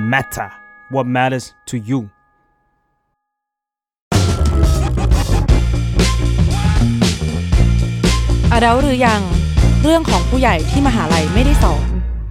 matter what matters to you Adult หรือยังเรื่องของผู้ใหญ่ที่มหาลัยไม่ได้สอน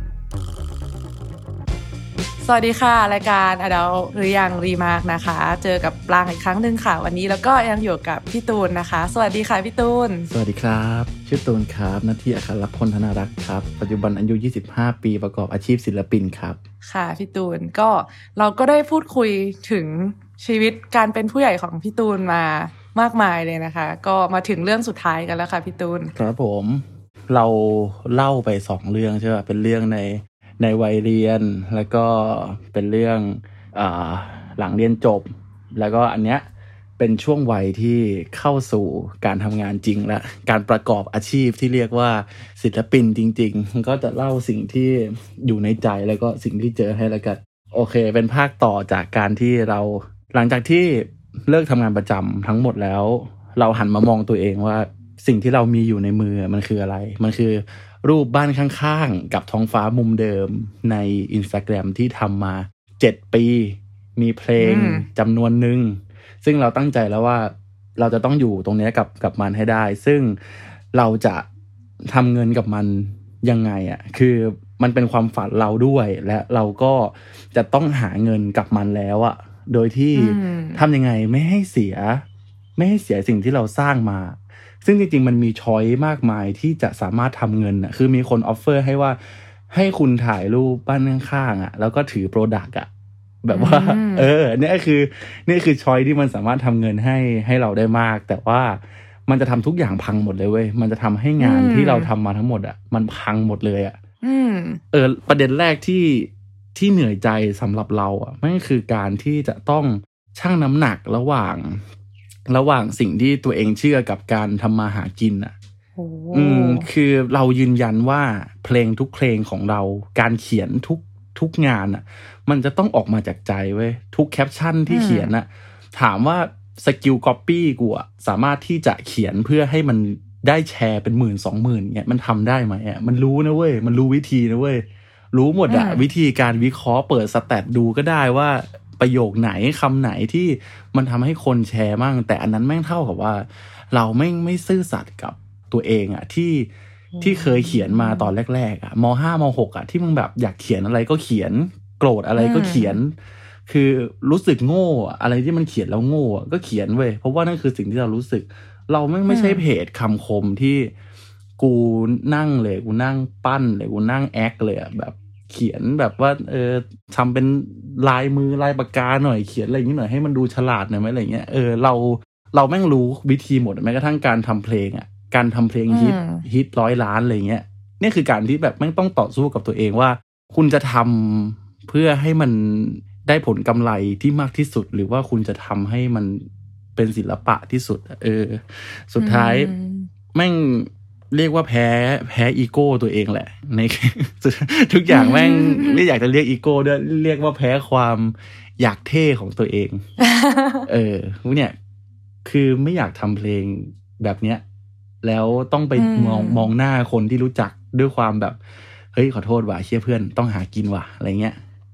สวัสดีค่ะรายการ Adult หรือยังรีมาร์กนะคะเจอกับปรางอีกครั้งนึงค่ะวันนี้แล้วก็ยังอยู่กับพี่ตูนนะคะสวัสดีค่ะพี่ตูนสวัสดีครับชื่อตูนครับหน้าที่อัครพลธนารักษ์ครับปัจจุบันอายุ25ปีประกอบอาชีพศิลปินครับค่ะพี่ตูนก็เราก็ได้พูดคุยถึงชีวิตการเป็นผู้ใหญ่ของพี่ตูนมามากมายเลยนะคะก็มาถึงเรื่องสุดท้ายกันแล้วค่ะพี่ตูนครับผมเราเล่าไป2เรื่องใช่ป่ะเป็นเรื่องในวัยเรียนแล้วก็เป็นเรื่องหลังเรียนจบแล้วก็อันเนี้ยเป็นช่วงวัยที่เข้าสู่การทำงานจริงและการประกอบอาชีพที่เรียกว่าศิลปินจริงๆก็จะเล่าสิ่งที่อยู่ในใจแล้วก็สิ่งที่เจอให้แล้วกันโอเคเป็นภาคต่อจากการที่เราหลังจากที่เลิกทำงานประจำทั้งหมดแล้วเราหันมามองตัวเองว่าสิ่งที่เรามีอยู่ในมือมันคืออะไรมันคือรูปบ้านข้างๆกับท้องฟ้ามุมเดิมใน Instagram ที่ทำมา7ปีมีเพลงจำนวนหนึ่งซึ่งเราตั้งใจแล้วว่าเราจะต้องอยู่ตรงนี้กับมันให้ได้ซึ่งเราจะทำเงินกับมันยังไงอ่ะคือมันเป็นความฝันเราด้วยและเราก็จะต้องหาเงินกับมันแล้วอ่ะโดยที่ทำยังไงไม่ให้เสียสิ่งที่เราสร้างมาซึ่งจริงๆมันมีช้อยมากมายที่จะสามารถทำเงินอ่ะคือมีคนออฟเฟอร์ให้ว่าให้คุณถ่ายรูปบ้านข้างๆอ่ะแล้วก็ถือโปรดักต์อ่ะแบบว่านี่คือช้อยที่มันสามารถทำเงินให้เราได้มากแต่ว่ามันจะทำทุกอย่างพังหมดเลยเว้ยมันจะทำให้งานที่เราทำมาทั้งหมดอ่ะมันพังหมดเลยอ่ะประเด็นแรกที่เหนื่อยใจสำหรับเราอ่ะมันก็คือการที่จะต้องชั่งน้ำหนักระหว่างสิ่งที่ตัวเองเชื่อกับการทำมาหากินอ่ะคือเรายืนยันว่าเพลงทุกเพลงของเราการเขียนทุกงานอ่ะมันจะต้องออกมาจากใจเว้ยทุกแคปชั่นที่เขียนอ่ะถามว่าสกิลก๊อปปี้กูอ่ะสามารถที่จะเขียนเพื่อให้มันได้แชร์เป็น 10,000-20,000 เนี่ยมันทำได้ไหมอ่ะมันรู้นะเว้ยมันรู้วิธีนะเว้ยรู้หมดอ่ะวิธีการวิเคราะห์เปิดสแตทดูก็ได้ว่าประโยคไหนคำไหนที่มันทำให้คนแชร์มั่งแต่อันนั้นแม่งเท่ากับว่าเราไม่ซื่อสัตย์กับตัวเองอ่ะที่เคยเขียนมาตอนแรกๆอ่ะม.5 ม.6 อ่ะที่มึงแบบอยากเขียนอะไรก็เขียนโกรธอะไรก็เขียนคือรู้สึกโง่อะไรที่มันเขียนแล้วโง่ก็เขียนเว้ยเพราะว่านั่นคือสิ่งที่เรารู้สึกเราไม่ใช่เพจคำคมที่กูนั่งเลยกูนั่งปั้นเลยกูนั่งแอคเลยอ่ะแบบเขียนแบบว่าทำเป็นลายมือลายปากกาหน่อยเขียนอะไรอย่างนี้หน่อยให้มันดูฉลาดหน่อยไหมอะไรเงี้ยเราแม่งรู้วิธีหมดแม้กระทั่งการทำเพลงอ่ะการทำเพลงฮิต100 ล้านอะไรเงี้ยนี่คือการที่แบบแม่งต้องต่อสู้กับตัวเองว่าคุณจะทำเพื่อให้มันได้ผลกำไรที่มากที่สุดหรือว่าคุณจะทำให้มันเป็นศิลปะที่สุดสุดท้ายแม่งเรียกว่าแพ้อีโก้ตัวเองแหละใน ทุกอย่างแม่งไม่อยากจะเรียกอีโก้ด้วยเรียกว่าแพ้ความอยากเท่ของตัวเองเนี่ยคือไม่อยากทำเพลงแบบเนี้ยแล้วต้องไปมองหน้าคนที่รู้จักด้วยความแบบเฮ้ยขอโทษว่ะเชี่ยเพื่อนต้องหากินว่ะอะไรเงี้ย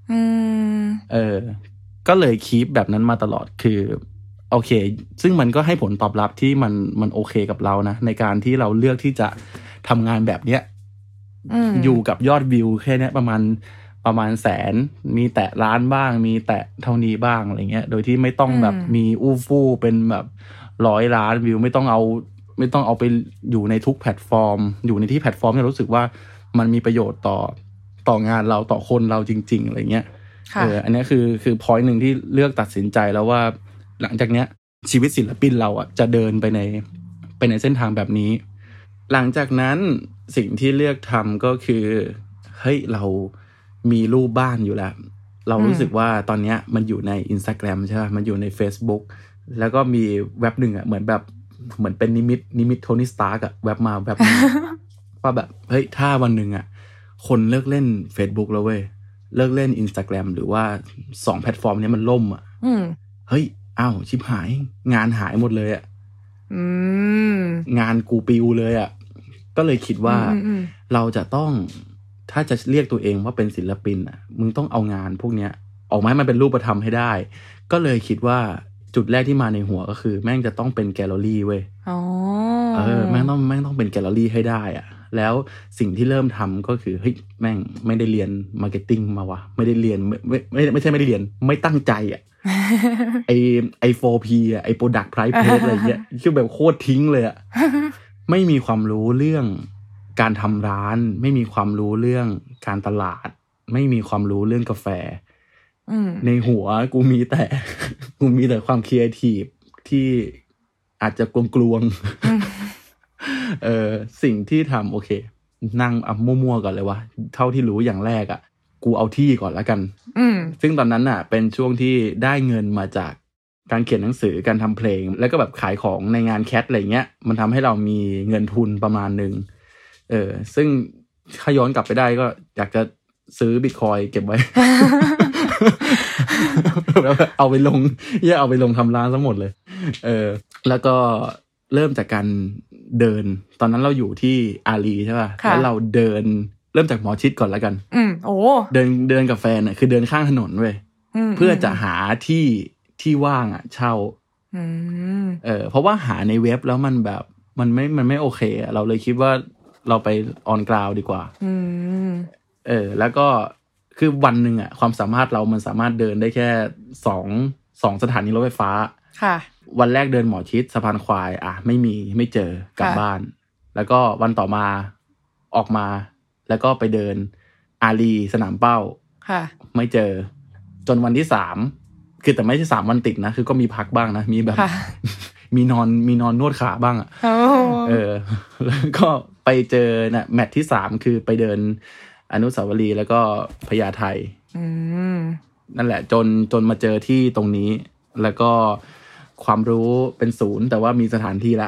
ก็เลยคีปแบบนั้นมาตลอดคือโอเคซึ่งมันก็ให้ผลตอบรับที่มันโอเคกับเรานะในการที่เราเลือกที่จะทำงานแบบเนี้ยอยู่กับยอดวิวแค่นี้ประมาณแสนมีแตะล้านบ้างมีแตะเท่านี้บ้างอะไรเงี้ยโดยที่ไม่ต้องแบบมีอู้ฟู่เป็นแบบ100 ล้านวิวไม่ต้องเอาไปอยู่ในทุกแพลตฟอร์มอยู่ในที่แพลตฟอร์มที่รู้สึกว่ามันมีประโยชน์ต่องานเราต่อคนเราจริงๆอะไรเงี้ยอันนี้คือ point นึงที่เลือกตัดสินใจแล้วว่าหลังจากเนี้ยชีวิตศิลปินเราอ่ะจะเดินไปในเส้นทางแบบนี้หลังจากนั้นสิ่งที่เลือกทำก็คือเฮ้ยเรามีรูปบ้านอยู่แล้วเรารู้สึกว่าตอนเนี้ยมันอยู่ใน Instagram ใช่ป่ะมันอยู่ใน Facebook แล้วก็มีเว็บนึงอ่ะเหมือนเป็นนิมิตโทนี่สตาร์กอ่ะเว็บมาเว็บนึง ว่าแบบเฮ้ยถ้าวันนึงอ่ะคนเลิกเล่น Facebook แล้วเว้ยเลิกเล่น Instagram หรือว่า2แพลตฟอร์มนี้มันล่มอ่ะเฮ้ยอ้าวชิบหายงานหายหมดเลยอ่ะงานกูปิวเลยอ่ะก็เลยคิดว่าเราจะต้องถ้าจะเรียกตัวเองว่าเป็นศิลปินอ่ะมึงต้องเอางานพวกเนี้ยออกมาให้มันเป็นรูปธรรมให้ได้ก็เลยคิดว่าจุดแรกที่มาในหัวก็คือแม่งจะต้องเป็นแกลเลอรี่เว้ยแม่งต้องเป็นแกลเลอรี่ให้ได้อะแล้วสิ่งที่เริ่มทำก็คือเฮ้ยแม่งไม่ได้เรียนมาร์เก็ตติ้งมาวะไม่ได้เรียนไม่ใช่ไม่ได้เรียนไม่ตั้งใจอ่ะ ไอ 4P อ่ะไอ Product Price Place อะไรเงี้ยคือแบบโคตรทิ้งเลยอ่ะ ไม่มีความรู้เรื่องการทำร้านไม่มีความรู้เรื่องการตลาดไม่มีความรู้เรื่องกาแฟในหัวกูมีแต่ ความครีเอทีฟที่อาจจะกลวงสิ่งที่ทำโอเคนั่งมั่วๆก่อนเลยวะเท่าที่รู้อย่างแรกอ่ะกูเอาที่ก่อนแล้วกันซึ่งตอนนั้นน่ะเป็นช่วงที่ได้เงินมาจากการเขียนหนังสือการทำเพลงแล้วก็แบบขายของในงานแคทอะไรเงี้ยมันทำให้เรามีเงินทุนประมาณนึงซึ่งถ้าย้อนกลับไปได้ก็อยากจะซื้อบิตคอยน์เก็บไว้ เอาไปลงทำร้านซะหมดเลยแล้วก็เริ่มจากการเดินตอนนั้นเราอยู่ที่อารีใช่ป่ะแล้วเราเดินเริ่มจากหมอชิดก่อนแล้วกันเดินกับแฟนน่ะคือเดินข้างถนนเว้ยเพื่อจะหาที่ว่างอ่ะเช่าเพราะว่าหาในเว็บแล้วมันแบบมันไม่โอเคเราเลยคิดว่าเราไปออนกราวดีกว่าแล้วก็คือวันหนึ่งอ่ะความสามารถเรามันสามารถเดินได้แค่สองสถานีรถไฟฟ้าค่ะวันแรกเดินหมอชิดสะพานควายไม่เจอกลับบ้านแล้วก็วันต่อมาออกมาแล้วก็ไปเดินอารีสนามเป้าค่ะไม่เจอจนวันที่3คือแต่ไม่ใช่3วันติดนะคือก็มีพักบ้างนะมีแบบ มีนอนนวดขาบ้างอ่ะแล้วก็ไปเจอนะแมตช์ที่3คือไปเดินอนุสาวรีย์แล้วก็พญาไทนั่นแหละจนมาเจอที่ตรงนี้แล้วก็ความรู้เป็น0แต่ว่ามีสถานที่ละ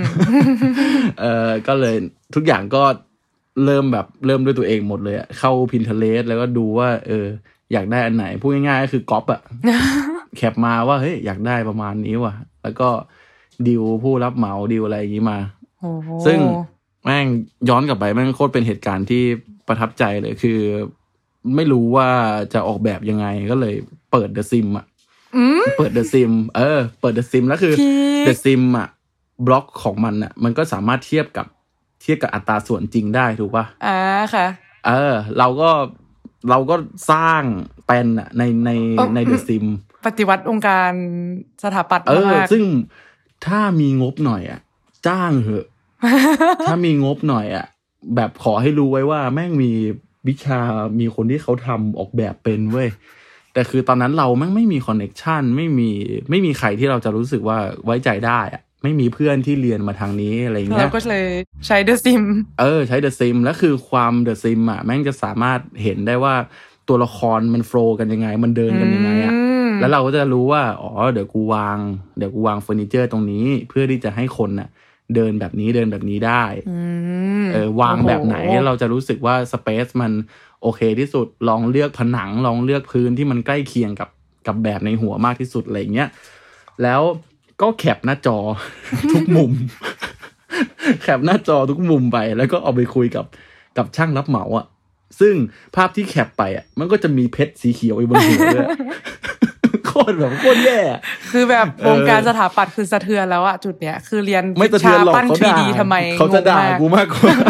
ก็เลยทุกอย่างก็เริ่มด้วยตัวเองหมดเลยอะเข้า Pinterest แล้วก็ดูว่าอยากได้อันไหนพูดง่ายๆก็คือก๊อปอะ แคปมาว่าเฮ้ยอยากได้ประมาณนี้ว่ะแล้วก็ดีลผู้รับเหมาดีลอะไรอย่างนี้มาซึ่งแม่งย้อนกลับไปแม่งโคตรเป็นเหตุการณ์ที่ประทับใจเลยคือไม่รู้ว่าจะออกแบบยังไงก็เลยเปิด The Sim อ่ะเปิด The Sim เปิด The Sim แล้วคือ The Sim อ่ะบล็อกของมันอ่ะมันก็สามารถเทียบกับอัตราส่วนจริงได้ถูกป่ะค่ะเราก็สร้างแปลนอ่ะใน The Sim ปฏิวัติองค์การสถาปัตย์มากซึ่งถ้ามีงบหน่อยอ่ะจ้างเหอะ ถ้ามีงบหน่อยอ่ะแบบขอให้รู้ไว้ว่าแม่งมีวิชามีคนที่เขาทำออกแบบเป็นเว้ยแต่คือตอนนั้นเราแม่งไม่มีคอนเนคชั่นไม่มีใครที่เราจะรู้สึกว่าไว้ใจได้อ่ะไม่มีเพื่อนที่เรียนมาทางนี้อะไรเงี้ยเราก็เลยใช้ The Sim ใช้ The Sim แล้วคือความ The Sim อ่ะแม่งจะสามารถเห็นได้ว่าตัวละครมันโฟลว์กันยังไงมันเดินกันยังไงอ่ะแล้วเราก็จะรู้ว่าเดี๋ยวกูวางเฟอร์นิเจอร์ตรงนี้เพื่อที่จะให้คนน่ะเดินแบบนี้ได้วางแบบไหนเราจะรู้สึกว่าสเปซมันโอเคที่สุดลองเลือกผนังลองเลือกพื้นที่มันใกล้เคียงกับแบบในหัวมากที่สุดอะไรเงี้ยแล้วก็แคปหน้าจอ ทุกมุม แคปหน้าจอทุกมุมไปแล้วก็เอาไปคุยกับช่างรับเหมาอ่ะซึ่งภาพที่แคปไปอ่ะมันก็จะมีเพชรสีเขียวอยู่บนหัวด้วย โคตรแย่คือแบบวงการสถาปัตย์คือสะเทือนแล้วอะจุดเนี้ยคือเรียนวิชาปั้น 3D ทำไมเขาจะด่ากูมากกว่า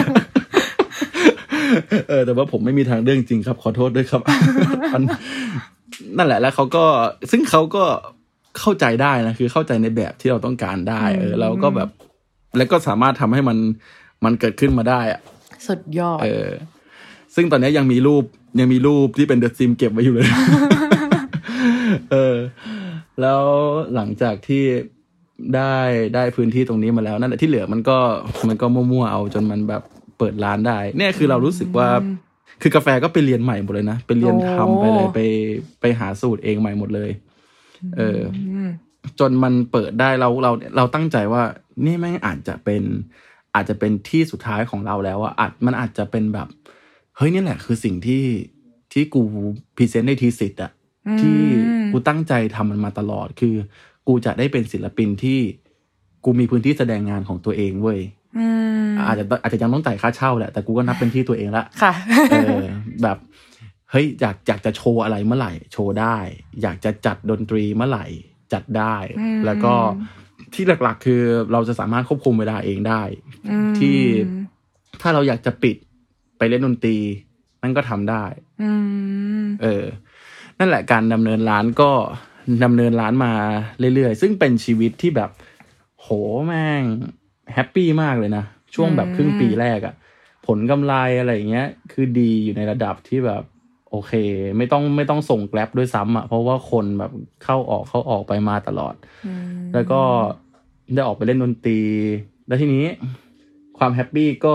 แต่ว่าผมไม่มีทางเรื่องจริงครับขอโทษด้วยครับ นั่นแหละแล้วซึ่งเขาก็เข้าใจได้นะคือเข้าใจในแบบที่เราต้องการได้แล้วก็แบบแล้วก็สามารถทำให้มันเกิดขึ้นมาได้อะสุดยอดซึ่งตอนนี้ยังมีรูปที่เป็น The Sim เก็บไว้อยู่เลย แล้วหลังจากที่ได้พื้นที่ตรงนี้มาแล้วนั่นแหละที่เหลือมันก็มั่วๆเอาจนมันแบบเปิดร้านได้เนี่ยคือเรารู้สึกว่าคือกาแฟก็ไปเรียนใหม่หมดเลยนะไปเรียนทำไปเลยไปหาสูตรเองใหม่หมดเลยจนมันเปิดได้เราตั้งใจว่านี่แม่งอาจจะเป็นที่สุดท้ายของเราแล้วอ่ะมันอาจจะเป็นแบบเฮ้ยนี่แหละคือสิ่งที่กูพรีเซนต์ในทีสิทธ์อ่ะที่กูตั้งใจทำมันมาตลอดคือกูจะได้เป็นศิลปินที่กูมีพื้นที่แสดงงานของตัวเองเว้ยอาจจะยังต้องจ่ายค่าเช่าแหละแต่กูก็นับเป็นที่ตัวเองละค่ะแบบเฮ้ยอยากจะโชว์อะไรเมื่อไหร่โชว์ได้อยากจะจัดดนตรีเมื่อไหร่จัดได้แล้วก็ที่หลักๆคือเราจะสามารถควบคุมเวลาเองได้ที่ถ้าเราอยากจะปิดไปเล่นดนตรีนั่นก็ทำได้นั่นแหละการดำเนินร้านก็ดำเนินร้านมาเรื่อยๆซึ่งเป็นชีวิตที่แบบโหแม่งแฮปปี้มากเลยนะช่วงแบบครึ่งปีแรกอะผลกำไรอะไรอย่างเงี้ยคือดีอยู่ในระดับที่แบบโอเคไม่ต้องส่งแกร็บด้วยซ้ำอ่ะเพราะว่าคนแบบเข้าออกไปมาตลอดแล้วก็ได้ออกไปเล่นดนตรีแล้วทีนี้ความแฮปปี้ก็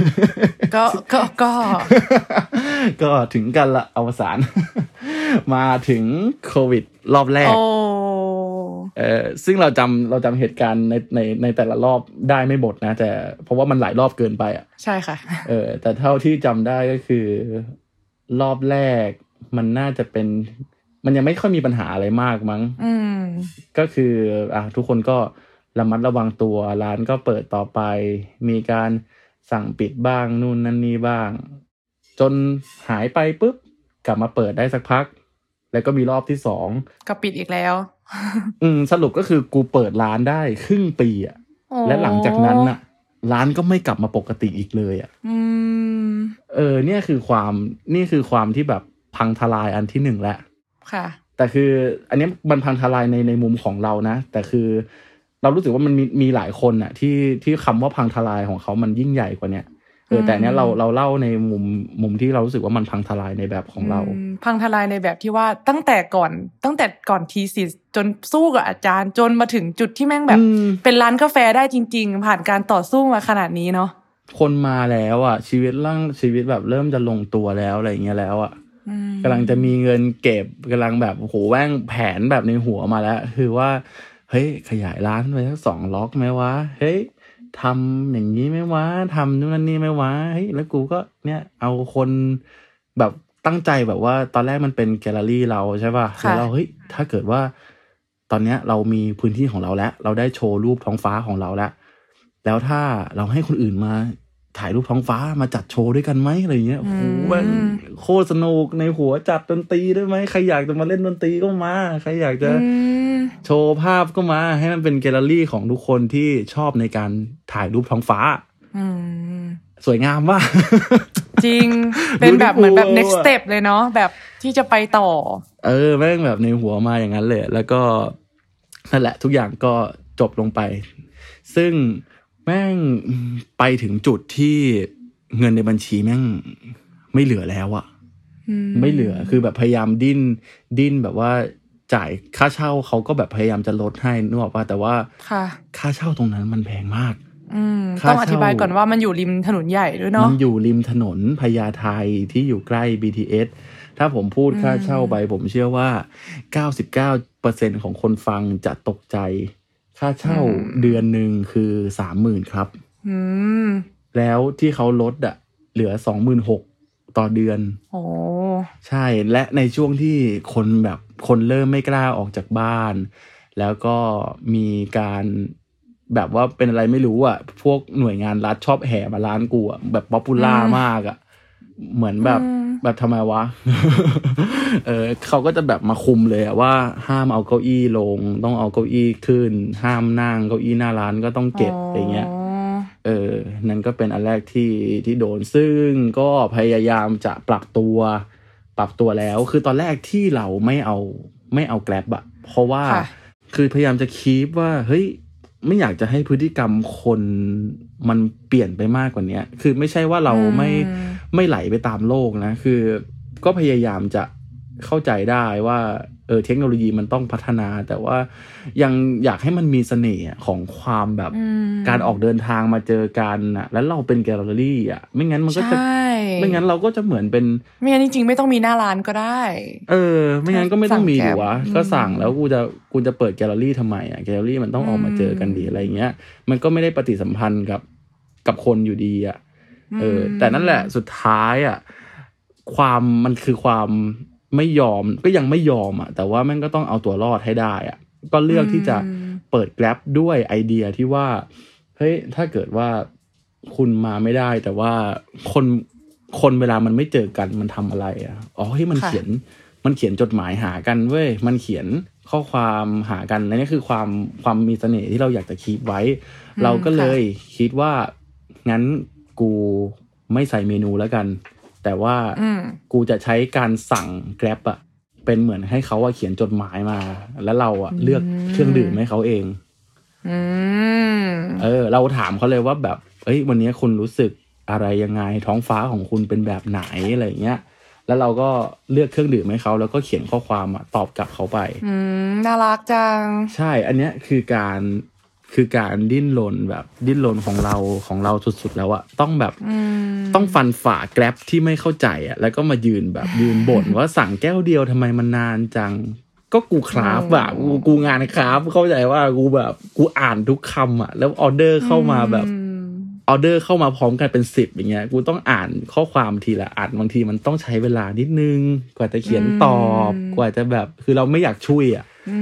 ก็ถึงกันละอวสาน มาถึงโควิดรอบแรกซึ่งเราจำเหตุการณ์ในแต่ละรอบได้ไม่หมดนะแต่เพราะว่ามันหลายรอบเกินไปอ่ะใช่ค่ะแต่เท่าที่จำได้ก็คือรอบแรกมันน่าจะเป็นมันยังไม่ค่อยมีปัญหาอะไรมากมั้งก็คือทุกคนก็ระมัดระวังตัวร้านก็เปิดต่อไปมีการสั่งปิดบ้างนู่นนั่นนี่บ้างจนหายไปปุ๊บกลับมาเปิดได้สักพักแล้วก็มีรอบที่2 ก็ปิดอีกแล้วสรุปก็คือกูเปิดร้านได้ครึ่งปีอ่ะและหลังจากนั้นน่ะร้านก็ไม่กลับมาปกติอีกเลยอ่ะเนี่ยคือความที่แบบพังทลายอันที่1แล้วค่ะแต่คืออันนี้มันพังทลายในมุมของเรานะแต่คือเรารู้สึกว่ามันมีหลายคนน่ะที่คำว่าพังทลายของเขามันยิ่งใหญ่กว่าเนี้ยแต่เนี้ยเราเล่าในมุมที่เรารู้สึกว่ามันพังทลายในแบบของเราพังทลายในแบบที่ว่าตั้งแต่ก่อนทีสิสจนสู้กับอาจารย์จนมาถึงจุดที่แม่งแบบเป็นร้านกาแฟได้จริงๆผ่านการต่อสู้มาขนาดนี้เนาะคนมาแล้วอ่ะชีวิตแบบเริ่มจะลงตัวแล้วอะไรอย่างเงี้ยแล้วอ่ะกำลังจะมีเงินเก็บกำลังแบบโหแว่งแผนแบบในหัวมาแล้วคือว่าเฮ้ยขยายร้านไปสัก2 ล็อกไหมวะเฮ้ยทำอย่างนี้ไหมวะทำนู่นนี่ไหมวะเฮ้ยแล้วกูก็เนี่ยเอาคนแบบตั้งใจแบบว่าตอนแรกมันเป็นแกลเลอรี่เราใช่ป่ะแล้วเราเฮ้ยถ้าเกิดว่าตอนเนี้ยเรามีพื้นที่ของเราแล้วเราได้โชว์รูปท้องฟ้าของเราแล้วถ้าเราให้คนอื่นมาถ่ายรูปท้องฟ้ามาจัดโชว์ด้วยกันไหมอะไรเงี้ยโอ้โหมันโคตรสนุกในหัวจัดดนตรีด้วยไหมใครอยากจะมาเล่นดนตรีก็มาใครอยากจะโชว์ภาพก็มาให้มันเป็นแกลเลอรี่ของทุกคนที่ชอบในการถ่ายรูปท้องฟ้าสวยงามว่ะจริงเป็นแบบเหมือนแบบ next step เลยเนาะแบบที่จะไปต่อแม่งแบบในหัวมาอย่างนั้นเลยแล้วก็นั่นแหละทุกอย่างก็จบลงไปซึ่งแม่งไปถึงจุดที่เงินในบัญชีแม่งไม่เหลือแล้วอะไม่เหลือคือแบบพยายามดิ้นแบบว่าจ่ายค่าเช่าเขาก็แบบพยายามจะลดให้นึกออกป่ะแต่ว่าค่าเช่าตรงนั้นมันแพงมากต้องอธิบายก่อนว่ามันอยู่ริมถนนใหญ่ด้วยเนาะมันอยู่ริมถนนพญาไทที่อยู่ใกล้ BTS ถ้าผมพูดค่าเช่าไปผมเชื่อว่า 99% ของคนฟังจะตกใจค่าเช่าเดือนนึงคือ 30,000 ครับแล้วที่เขาลดเหลือ 26,000 ต่อเดือนโอ้ใช่และในช่วงที่คนเริ่มไม่กล้าออกจากบ้านแล้วก็มีการแบบว่าเป็นอะไรไม่รู้อ่ะพวกหน่วยงานรัฐชอบแห่มาร้านกูอ่ะแบบป๊อปปูล่ามากอ่ะเหมือนแบบทำไมวะ เขาก็จะแบบมาคุมเลยอ่ะว่าห้ามเอาเก้าอี้ลงต้องเอาเก้าอี้ขึ้นห้ามนั่งเก้าอี้หน้าร้านก็ต้องเก็บอย่างเงี้ยนั่นก็เป็นอันแรกที่โดนซึ่งก็พยายามจะปรับตัวแล้วคือตอนแรกที่เราไม่เอาแกร็บอะเพราะว่าคือพยายามจะคีปว่าเฮ้ยไม่อยากจะให้พฤติกรรมคนมันเปลี่ยนไปมากกว่านี้คือไม่ใช่ว่าเราไม่ไหลไปตามโลกนะคือก็พยายามจะเข้าใจได้ว่าเทคโนโลยีมันต้องพัฒนาแต่ว่ายังอยากให้มันมีเสน่ห์ของความแบบการออกเดินทางมาเจอกันน่ะแล้วเราเป็นแกลเลอรี่อ่ะไม่งั้นมันก็จะไม่งั้นเราก็จะเหมือนเป็นไม่งั้นจริงๆไม่ต้องมีหน้าร้านก็ได้ไม่งั้นก็ไม่ต้องมีดิวะก็สั่งแล้วกูจะเปิดแกลเลอรี่ทำไมอ่ะแกลเลอรี่มันต้องออกมาเจอกันดีอะไรเงี้ยมันก็ไม่ได้ปฏิสัมพันธ์กับคนอยู่ดีอ่ะแต่นั่นแหละสุดท้ายอ่ะมันคือความไม่ยอมก็ยังไม่ยอมอ่ะแต่ว่าแม่งก็ต้องเอาตัวรอดให้ได้อ่ะก็เลือกที่จะเปิด Grab ด้วยไอเดียที่ว่าเฮ้ยถ้าเกิดว่าคุณมาไม่ได้แต่ว่าคนคนเวลามันไม่เจอกันมันทำอะไรอ่ะอ๋อเฮ้ยมันเขียนจดหมายหากันเว้ยมันเขียนข้อความหากันและนี่คือความมีเสน่ห์ที่เราอยากจะคีปไว้เราก็เลยคิดว่างั้นกูไม่ใส่เมนูแล้วกันแต่ว่ากูจะใช้การสั่ง Grab อ่ะเป็นเหมือนให้เขาเขียนจดหมายมาแล้วเราเลือกเครื่องดื่มให้เขาเองเราถามเขาเลยว่าแบบวันนี้คุณรู้สึกอะไรยังไงท้องฟ้าของคุณเป็นแบบไหนอะไรเงี้ยแล้วเราก็เลือกเครื่องดื่มให้เขาแล้วก็เขียนข้อความตอบกลับเขาไปน่ารักจังใช่อันเนี้ยคือการดิ้นรนแบบดิ้นรนของเราสุดๆแล้วต้องแบบต้องฟันฝ่าแกร็บที่ไม่เข้าใจแล้วก็มายืนบ่นว่าสั่งแก้วเดียวทำไมมันนานจังก็กูคราฟกูงานคราฟเข้าใจว่ากูอ่านทุกคำแล้วออเดอร์เข้ามาแบบออเดอร์เข้ามาพร้อมกันเป็น10อย่างเงี้ยกูต้องอ่านข้อความทีละอันบางทีมันต้องใช้เวลานิดนึงกว่าจะเขียนตอบกว่าจะแบบคือเราไม่อยากช่วย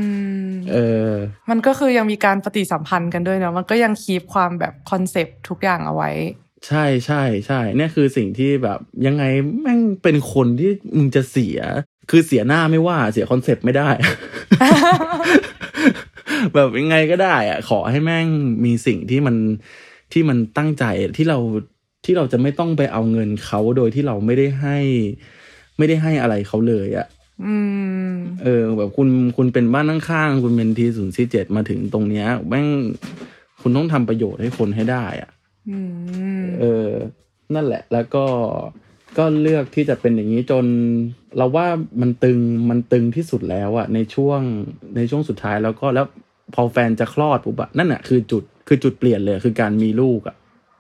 มันก็คือยังมีการปฏิสัมพันธ์กันด้วยเนาะมันก็ยังคีปความแบบคอนเซปต์ทุกอย่างเอาไว้ใช่ใช่ใช่เนี่ยคือสิ่งที่แบบยังไงแม่งเป็นคนที่มึงจะเสียคือเสียหน้าไม่ว่าเสียคอนเซปต์ไม่ได้ แบบยังไงก็ได้ขอให้แม่งมีสิ่งที่มันตั้งใจที่เราจะไม่ต้องไปเอาเงินเขาโดยที่เราไม่ได้ให้อะไรเขาเลยแบบคุณเป็นบ้านข้างๆคุณเป็นT047มาถึงตรงเนี้ยแม่งคุณต้องทำประโยชน์ให้คนให้ได้นั่นแหละแล้วก็เลือกที่จะเป็นอย่างนี้จนเราว่ามันตึงที่สุดแล้วในช่วงสุดท้ายแล้วพอแฟนจะคลอดปุ๊บนั่นน่ะคือจุดเปลี่ยนเลยคือการมีลูก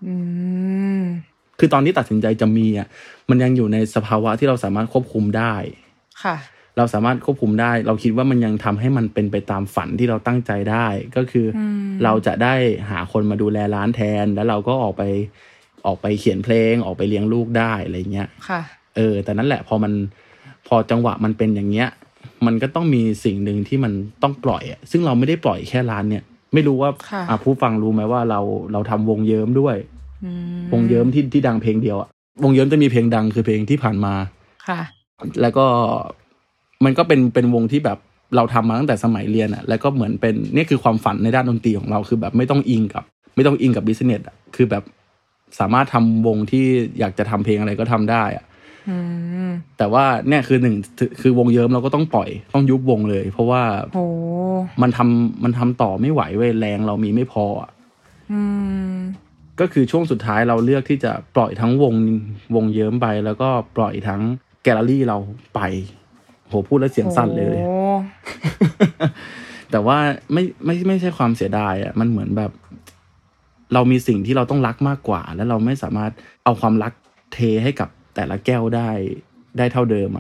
คือตอนที่ตัดสินใจจะมีมันยังอยู่ในสภาวะที่เราสามารถควบคุมได้ค่ะเราสามารถควบคุมได้เราคิดว่ามันยังทำให้มันเป็นไปตามฝันที่เราตั้งใจได้ก็คือเราจะได้หาคนมาดูแลร้านแทนแล้วเราก็ออกไปเขียนเพลงออกไปเลี้ยงลูกได้อะไรเงี้ยค่ะแต่นั่นแหละพอจังหวะมันเป็นอย่างเงี้ยมันก็ต้องมีสิ่งหนึ่งที่มันต้องปล่อยซึ่งเราไม่ได้ปล่อยแค่ร้านเนี่ยไม่รู้ว่าผู้ฟังรู้ไหมว่าเราทำวงเยิ้มด้วยวงเยิ้มที่ดังเพลงเดียววงเยิ้มจะมีเพลงดังคือเพลงที่ผ่านมาค่ะแล้วก็มันก็เป็นวงที่แบบเราทำมาตั้งแต่สมัยเรียนแล้วก็เหมือนเป็นนี่คือความฝันในด้านดนตรีของเราคือแบบไม่ต้องอิงกับบิสเนสคือแบบสามารถทำวงที่อยากจะทำเพลงอะไรก็ทำได้แต่ว่าเนี่ยคือวงเยิ้มเราก็ต้องปล่อยต้องยุบวงเลยเพราะว่ามันทำต่อไม่ไหวเว้ยแรงเรามีไม่พอก็คือช่วงสุดท้ายเราเลือกที่จะปล่อยทั้งวงเยิ้มไปแล้วก็ปล่อยทั้งแกลเลอรี่เราไปโหพูดแล้วเสียงสั่นเลย แต่ว่าไม่ใช่ความเสียดายมันเหมือนแบบเรามีสิ่งที่เราต้องรักมากกว่าแล้วเราไม่สามารถเอาความรักเทให้กับแต่ละแก้วได้เท่าเดิม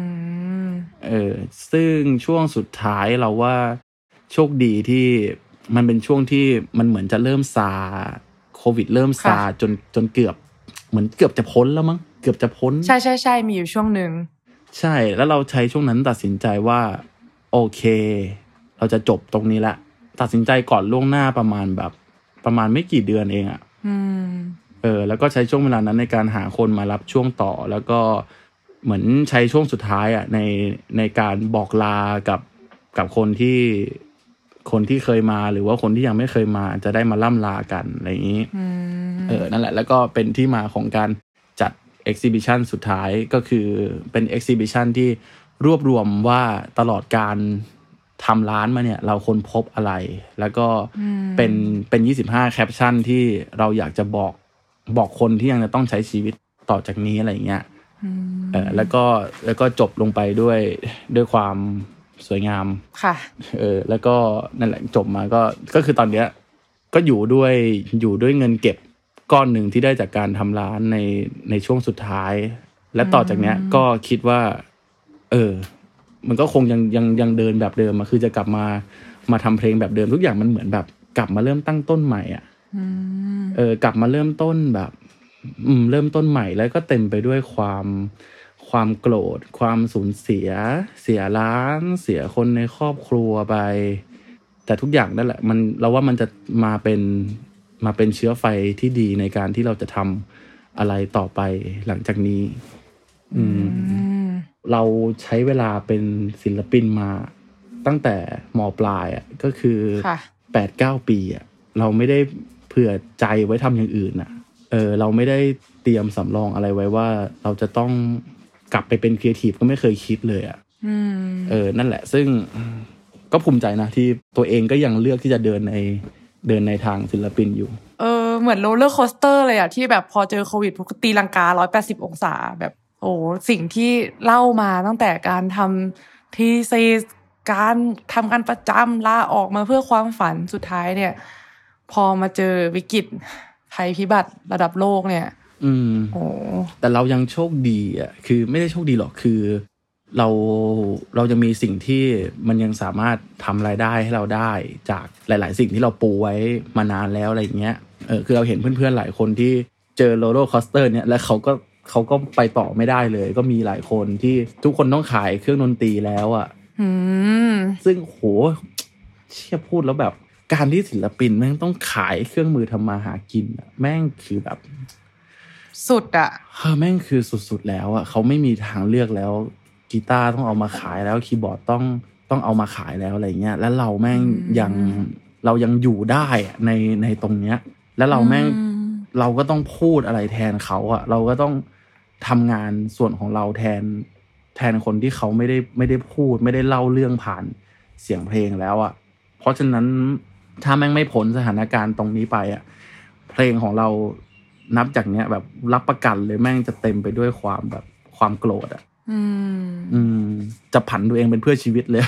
ซึ่งช่วงสุดท้ายเราว่าโชคดีที่มันเป็นช่วงที่มันเหมือนจะเริ่มซาโควิดเริ่มซาจนเกือบเหมือนเกือบจะพ้นแล้วมั้งเกือบจะพ้นใช่ๆๆมีอยู่ช่วงนึงใช่แล้วเราใช้ช่วงนั้นตัดสินใจว่าโอเคเราจะจบตรงนี้ละตัดสินใจก่อนล่วงหน้าประมาณไม่กี่เดือนเองแล้วก็ใช้ช่วงเวลานั้นในการหาคนมารับช่วงต่อแล้วก็เหมือนใช้ช่วงสุดท้ายในการบอกลากับคนที่เคยมาหรือว่าคนที่ยังไม่เคยมาจะได้มาล่ำลากันอะไรอย่างนี้นั่นแหละแล้วก็เป็นที่มาของการจัด exhibition สุดท้ายก็คือเป็น exhibition ที่รวบรวมว่าตลอดการทำร้านมาเนี่ยเราค้นพบอะไรแล้วก็เป็น25แคปชั่นที่เราอยากจะบอกคนที่ยังจะต้องใช้ชีวิตต่อจากนี้อะไรอย่างเงี้ยแล้วก็จบลงไปด้วยความสวยงามค่ะแล้วก็นั่นแหละจบมาก็คือตอนเนี้ยก็อยู่ด้วยเงินเก็บก้อนหนึ่งที่ได้จากการทำร้านในช่วงสุดท้ายและต่อจากเนี้ยก็คิดว่ามันก็คงยังเดินแบบเดิมคือจะกลับมาทำเพลงแบบเดิมทุกอย่างมันเหมือนแบบกลับมาเริ่มตั้งต้นใหม่กลับมาเริ่มต้นแบบเริ่มต้นใหม่แล้วก็เต็มไปด้วยความโกรธความสูญเสียร้านเสียคนในครอบครัวไปแต่ทุกอย่างนั่นแหละเราว่ามันจะมาเป็นเชื้อไฟที่ดีในการที่เราจะทอะไรต่อไปหลังจากนี้เราใช้เวลาเป็นศิลปินมาตั้งแต่ม.ปลายอ่ะก็คือ 8-9 ปีอ่ะเราไม่ได้เผื่อใจไว้ทำอย่างอื่นอ่ะเราไม่ได้เตรียมสำรองอะไรไว้ว่าเราจะต้องกลับไปเป็นครีเอทีฟก็ไม่เคยคิดเลยอ่ะนั่นแหละซึ่งก็ภูมิใจนะที่ตัวเองก็ยังเลือกที่จะเดินในทางศิลปินอยู่เหมือนโรลเลอร์โคสเตอร์เลยอ่ะที่แบบพอเจอโควิดพวกตีลังกา180องศาแบบโอ้สิ่งที่เล่ามาตั้งแต่การทำทีซีการทำงานประจำลาออกมาเพื่อความฝันสุดท้ายเนี่ยพอมาเจอวิกฤตภัยพิบัติระดับโลกเนี่ยโอ้แต่เรายังโชคดีอ่ะคือไม่ได้โชคดีหรอกคือเราจะมีสิ่งที่มันยังสามารถทำรายได้ให้เราได้จากหลายๆสิ่งที่เราปูไว้มานานแล้วอะไรอย่างเงี้ยคือเราเห็นเพื่อนๆหลายคนที่เจอโรลเลอร์คอสเตอร์เนี่ยแล้วเขาก็ไปต่อไม่ได้เลยก็มีหลายคนที่ทุกคนต้องขายเครื่องดนตรีแล้วอ่ะซึ่งโหเชี่ยพูดแล้วแบบการที่ศิลปินแม่งต้องขายเครื่องมือทำมาหากินแม่งคือแบบสุดอ่ะแม่งคือสุดๆแล้วอ่ะเขาไม่มีทางเลือกแล้วกีตาร์ต้องเอามาขายแล้วคีย์บอร์ดต้องเอามาขายแล้วอะไรเงี้ยแล้วเราแม่งเรายังอยู่ได้ในตรงเนี้ยแล้วเราแม่งเราก็ต้องพูดอะไรแทนเขาอ่ะเราก็ต้องทำงานส่วนของเราแทนคนที่เขาไม่ได้พูดไม่ได้เล่าเรื่องผ่านเสียงเพลงแล้วอ่ะเพราะฉะนั้นถ้าแม่งไม่พ้นสถานการณ์ตรงนี้ไปอ่ะเพลงของเรานับจากเนี้ยแบบรับประกันเลยแม่งจะเต็มไปด้วยความแบบความโกรธอ่ะจะผันตัวเองเป็นเพื่อชีวิตเลย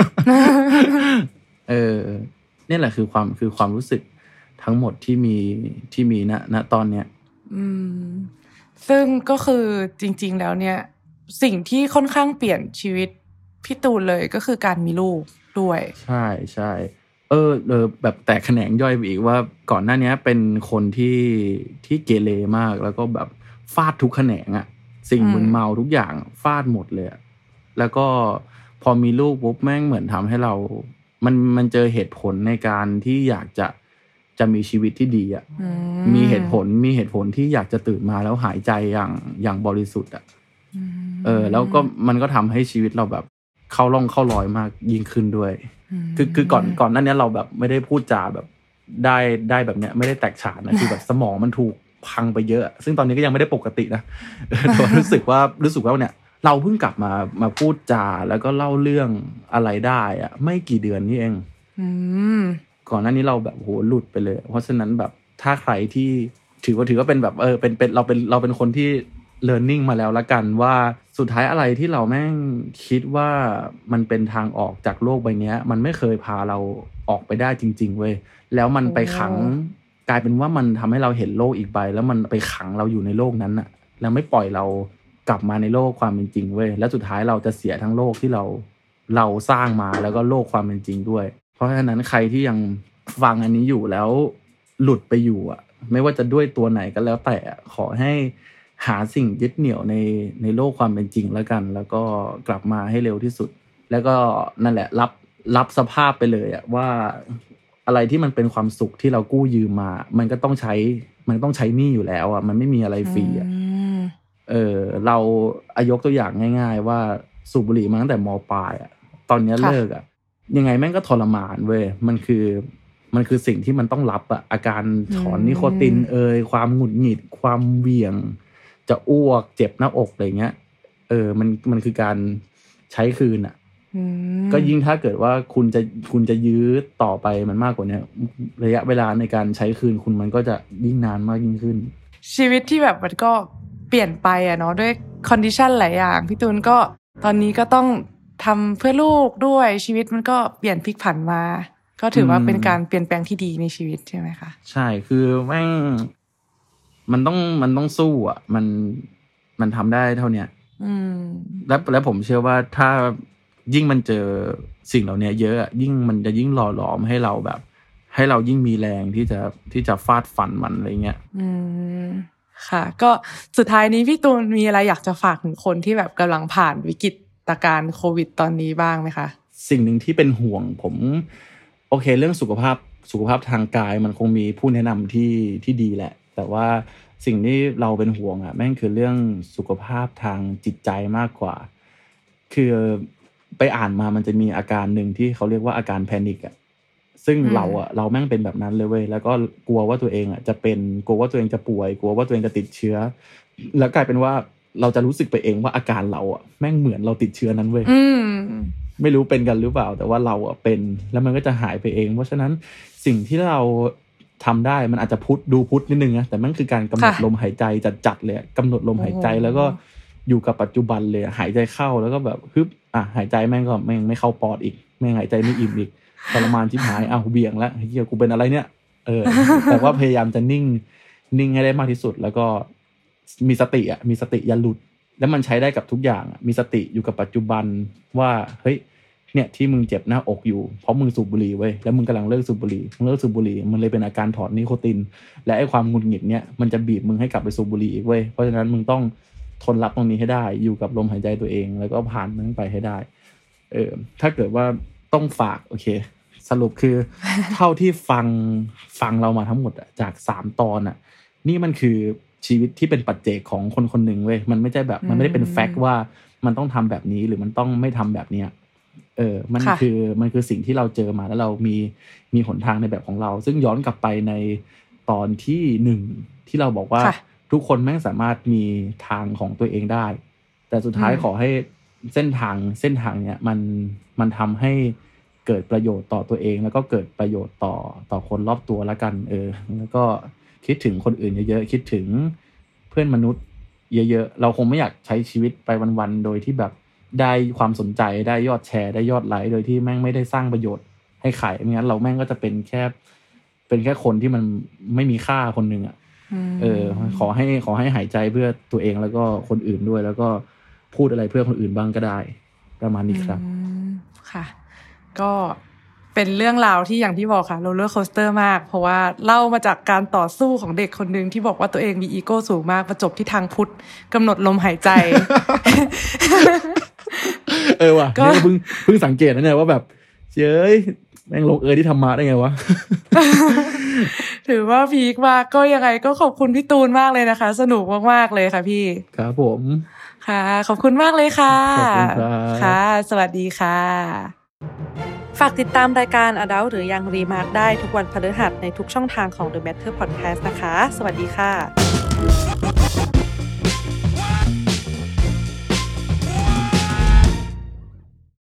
นี่แหละคือความรู้สึกทั้งหมดที่มีณตอนเนี้ยซึ่งก็คือจริงๆแล้วเนี่ยสิ่งที่ค่อนข้างเปลี่ยนชีวิตพี่ตูนเลยก็คือการมีลูกด้วยใช่ใช่แบบแตกแขนงย่อยไปอีกว่าก่อนหน้านี้เป็นคนที่เกเรมากแล้วก็แบบฟาดทุกแขนงอะสิ่งมึนเมาทุกอย่างฟาดหมดเลยแล้วก็พอมีลูกปุ๊บแม่งเหมือนทำให้เรามันเจอเหตุผลในการที่อยากจะมีชีวิตที่ดีอ่ะมีเหตุผลที่อยากจะตื่นมาแล้วหายใจอย่างบริสุทธิ์อ่ะแล้วก็มันก็ทำให้ชีวิตเราแบบเข้าร่องเข้ารอยมากยิ่งขึ้นด้วยคือก่อนนั้นเนี้ยเราแบบไม่ได้พูดจาแบบได้แบบเนี้ยไม่ได้แตกฉานนะคือแบบสมองมันถูกพังไปเยอะซึ่งตอนนี้ก็ยังไม่ได้ปกตินะแต่รู้สึกว่าเนี่ยเราเพิ่งกลับมาพูดจาแล้วก็เล่าเรื่องอะไรได้อะไม่กี่เดือนนี่เองก่อนหน้านี้เราแบบโหหลุดไปเลยเพราะฉะนั้นแบบถ้าใครที่ถือว่าเป็นแบบเป็นเราเป็นคนที่ learning มาแล้วละกันว่าสุดท้ายอะไรที่เราแม่งคิดว่ามันเป็นทางออกจากโลกใบนี้มันไม่เคยพาเราออกไปได้จริงๆเว้ยแล้วมันไปขังกลายเป็นว่ามันทำให้เราเห็นโลกอีกใบแล้วมันไปขังเราอยู่ในโลกนั้นน่ะแล้วไม่ปล่อยเรากลับมาในโลกความเป็นจริงเว้ยแล้วสุดท้ายเราจะเสียทั้งโลกที่เราสร้างมาแล้วก็โลกความเป็นจริงด้วยเพราะฉะนั้นใครที่ยังฟังอันนี้อยู่แล้วหลุดไปอยู่อ่ะไม่ว่าจะด้วยตัวไหนก็แล้วแต่ขอให้หาสิ่งยึดเหนี่ยวในโลกความเป็นจริงแล้วกันแล้วก็กลับมาให้เร็วที่สุดแล้วก็นั่นแหละรับสภาพไปเลยอ่ะว่าอะไรที่มันเป็นความสุขที่เรากู้ยืมมามันก็ต้องใช้หนี้อยู่แล้วอ่ะมันไม่มีอะไรฟรีอ่ะเรายกตัวอย่างง่ายๆว่าสูบบุหรี่มาตั้งแต่ม.ปลายอ่ะตอนนี้เลิกอ่ะยังไงแม่งก็ทรมานเว้ยมันคือสิ่งที่มันต้องรับอ่ะอาการถอนนิโคตินความหงุดหงิดความเหวี่ยงจะอ้วกเจ็บหน้าอกอะไรเงี้ยมันคือการใช้คืนอ่ะก็ยิ่งถ้าเกิดว่าคุณจะยื้อต่อไปมันมากกว่านี้ระยะเวลาในการใช้คืนคุณมันก็จะยิ่งนานมากยิ่งขึ้นชีวิตที่แบบมันก็เปลี่ยนไปอ่ะเนาะด้วยคอนดิชันหลายอย่างพี่ตูนก็ตอนนี้ก็ต้องทำเพื่อลูกด้วยชีวิตมันก็เปลี่ยนพลิกผันมาก็ถือว่าเป็นการเปลี่ยนแปลงที่ดีในชีวิตใช่ไหมคะใช่คือแม่งมันต้องสู้อ่ะมันทำได้เท่าเนี้ยแล้วผมเชื่อว่าถ้ายิ่งมันเจอสิ่งเหล่านี้เยอะยิ่งมันจะยิ่งหล่อหลอมให้เราแบบให้เรายิ่งมีแรงที่จะฟาดฟันมันอะไรเงี้ยค่ะก็สุดท้ายนี้พี่ตูนมีอะไรอยากจะฝากถึงคนที่แบบกำลังผ่านวิกฤตการณ์โควิดตอนนี้บ้างไหมคะสิ่งหนึ่งที่เป็นห่วงผมโอเคเรื่องสุขภาพทางกายมันคงมีผู้แนะนำที่ดีแหละแต่ว่าสิ่งที่เราเป็นห่วงอ่ะแม่งคือเรื่องสุขภาพทางจิตใจมากกว่าคือไปอ่านมามันจะมีอาการหนึ่งที่เขาเรียกว่าอาการแพนิคอ่ะซึ่งเราแม่งเป็นแบบนั้นเลยเว้ยแล้วก็กลัวว่าตัวเองอ่ะจะเป็นกลัวว่าตัวเองจะป่วยกลัวว่าตัวเองจะติดเชื้อแล้วกลายเป็นว่าเราจะรู้สึกไปเองว่าอาการเราอ่ะแม่งเหมือนเราติดเชื้อนั้นเว้ยไม่รู้เป็นกันหรือเปล่าแต่ว่าเราอ่ะเป็นแล้วมันก็จะหายไปเองเพราะฉะนั้นสิ่งที่เราทำได้มันอาจจะพุทธนิดนึงนะแต่มันคือการกำหนดลมหายใจจัดเลยกำหนดลมหายใจแล้วก็อยู่กับปัจจุบันเลยหายใจเข้าแล้วก็แบบฮึบหายใจแม่งก็แม่งไม่เข้าปอดอีกแม่งหายใจไม่อิ่มอีกทรมานชิบหายเบี่ยงแล้วเฮียกูเป็นอะไรเนี่ยแต่ว่าพยายามจะนิ่งให้ได้มากที่สุดแล้วก็มีสติอย่าหลุดแล้วมันใช้ได้กับทุกอย่างมีสติอยู่กับปัจจุบันว่าเฮ้ยเนี่ยที่มึงเจ็บหน้าอกอยู่เพราะมึงสูบบุหรี่เว้ยแล้วมึงกำลังเลิกสูบบุหรี่มึงเลิกสูบบุหรี่มันเลยเป็นอาการถอดนิโคตินและไอ้ความหงุดหงิดเนี่ยมันจะบีบมึงให้กลับไปสูบบุหรี่อีกเว้ยเพราะฉะนั้นมึงต้องทนรับตรงนี้ให้ได้อยู่กับลมหายใจตัวเองแล้วก็ผ่านมันไปให้ได้ถ้าเกิดว่าต้องฝากโอเคสรุปคือ เท่าที่ฟังเรามาทั้งหมดจาก3ตอนอ่ะนี่มันคือชีวิตที่เป็นปัจเจกของคนๆนึงเว้ยมันไม่ใช่แบบมันไม่ได้เป็นแฟกต์ว่ามันต้องทำแบบนี้หรือมันต้องไม่ทำแบบเนี้ยมันคือสิ่งที่เราเจอมาแล้วเรามีหนทางในแบบของเราซึ่งย้อนกลับไปในตอนที่1ที่เราบอกว่าทุกคนแม่งสามารถมีทางของตัวเองได้แต่สุดท้ายขอให้เส้นทางเนี้ยมันทำให้เกิดประโยชน์ต่อตัวเองแล้วก็เกิดประโยชน์ต่อคนรอบตัวละกันแล้วก็คิดถึงคนอื่นเยอะๆคิดถึงเพื่อนมนุษย์เยอะๆเราคงไม่อยากใช้ชีวิตไปวันๆโดยที่แบบได้ความสนใจได้ยอดแชร์ได้ยอดไลค์โดยที่แม่งไม่ได้สร้างประโยชน์ให้ใครไม่งั้นเราแม่งก็จะเป็นแค่คนที่มันไม่มีค่าคนนึงอ่ะขอให้หายใจเพื่อตัวเองแล้วก็คนอื่นด้วยแล้วก็พูดอะไรเพื่อคนอื่นบ้างก็ได้ประมาณนี้ครับค่ะก็เป็นเรื่องราวที่อย่างที่บอกค่ะโรลเลอร์โคสเตอร์มากเพราะว่าเล่ามาจากการต่อสู้ของเด็กคนนึงที่บอกว่าตัวเองมีอีโก้สูงมากประจบที่ทางพุทธกำหนดลมหายใจว่ะนี่เพิ่งสังเกตนะเนี่ยว่าแบบเจ้ยแม่งลงที่ธรรมะได้ไงวะถือว่าพีคมากก็ยังไงก็ขอบคุณพี่ตูนมากเลยนะคะสนุกมากๆเลยค่ะพี่ครับผมค่ะขอบคุณมากเลยค่ะขอบคุณครับค่ะสวัสดีค่ะฝากติดตามรายการ Adult หรือยัง Remark ได้ทุกวันพฤหัสในทุกช่องทางของ The Matter Podcast นะคะสวัสดีค่ะ